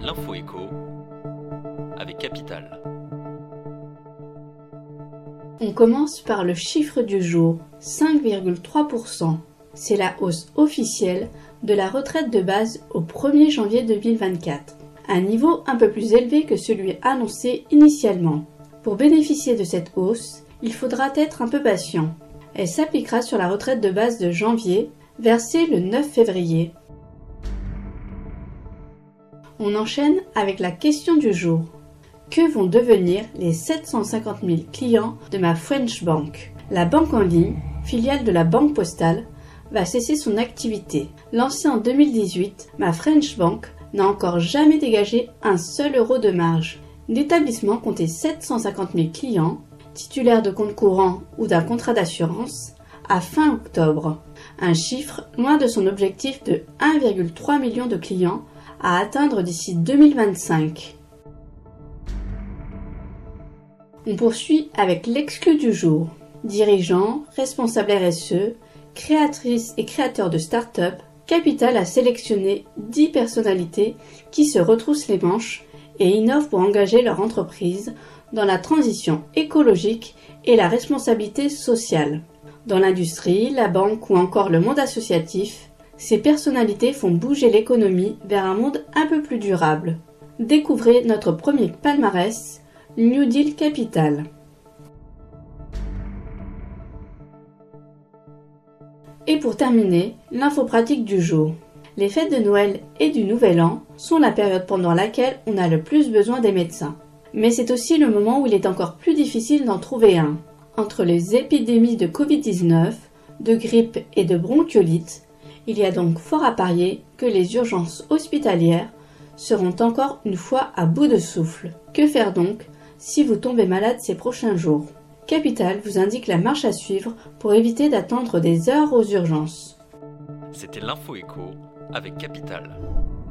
l'info écho avec Capital. On commence par le chiffre du jour, 5,3%. C'est la hausse officielle de la retraite de base au 1er janvier 2024, un niveau un peu plus élevé que celui annoncé initialement. Pour bénéficier de cette hausse, il faudra être un peu patient. Elle s'appliquera sur la retraite de base de janvier, versée le 9 février. On enchaîne avec la question du jour. Que vont devenir les 750 000 clients de ma French Bank? La banque en ligne, filiale de la Banque Postale, va cesser son activité. Lancée en 2018, ma French Bank n'a encore jamais dégagé un seul euro de marge. L'établissement comptait 750 000 clients, titulaires de comptes courants ou d'un contrat d'assurance, à fin octobre. Un chiffre loin de son objectif de 1,3 million de clients à atteindre d'ici 2025. On poursuit avec l'exclu du jour. Dirigeants, responsables RSE, créatrices et créateurs de start-up, Capital a sélectionné 10 personnalités qui se retroussent les manches et innovent pour engager leur entreprise dans la transition écologique et la responsabilité sociale. Dans l'industrie, la banque ou encore le monde associatif, ces personnalités font bouger l'économie vers un monde un peu plus durable. Découvrez notre premier palmarès, New Deal Capital. Et pour terminer, l'info pratique du jour. Les fêtes de Noël et du Nouvel An sont la période pendant laquelle on a le plus besoin des médecins. Mais c'est aussi le moment où il est encore plus difficile d'en trouver un. Entre les épidémies de Covid-19, de grippe et de bronchiolite, il y a donc fort à parier que les urgences hospitalières seront encore une fois à bout de souffle. Que faire donc si vous tombez malade ces prochains jours? Capital vous indique la marche à suivre pour éviter d'attendre des heures aux urgences. C'était l'info écho avec Capital.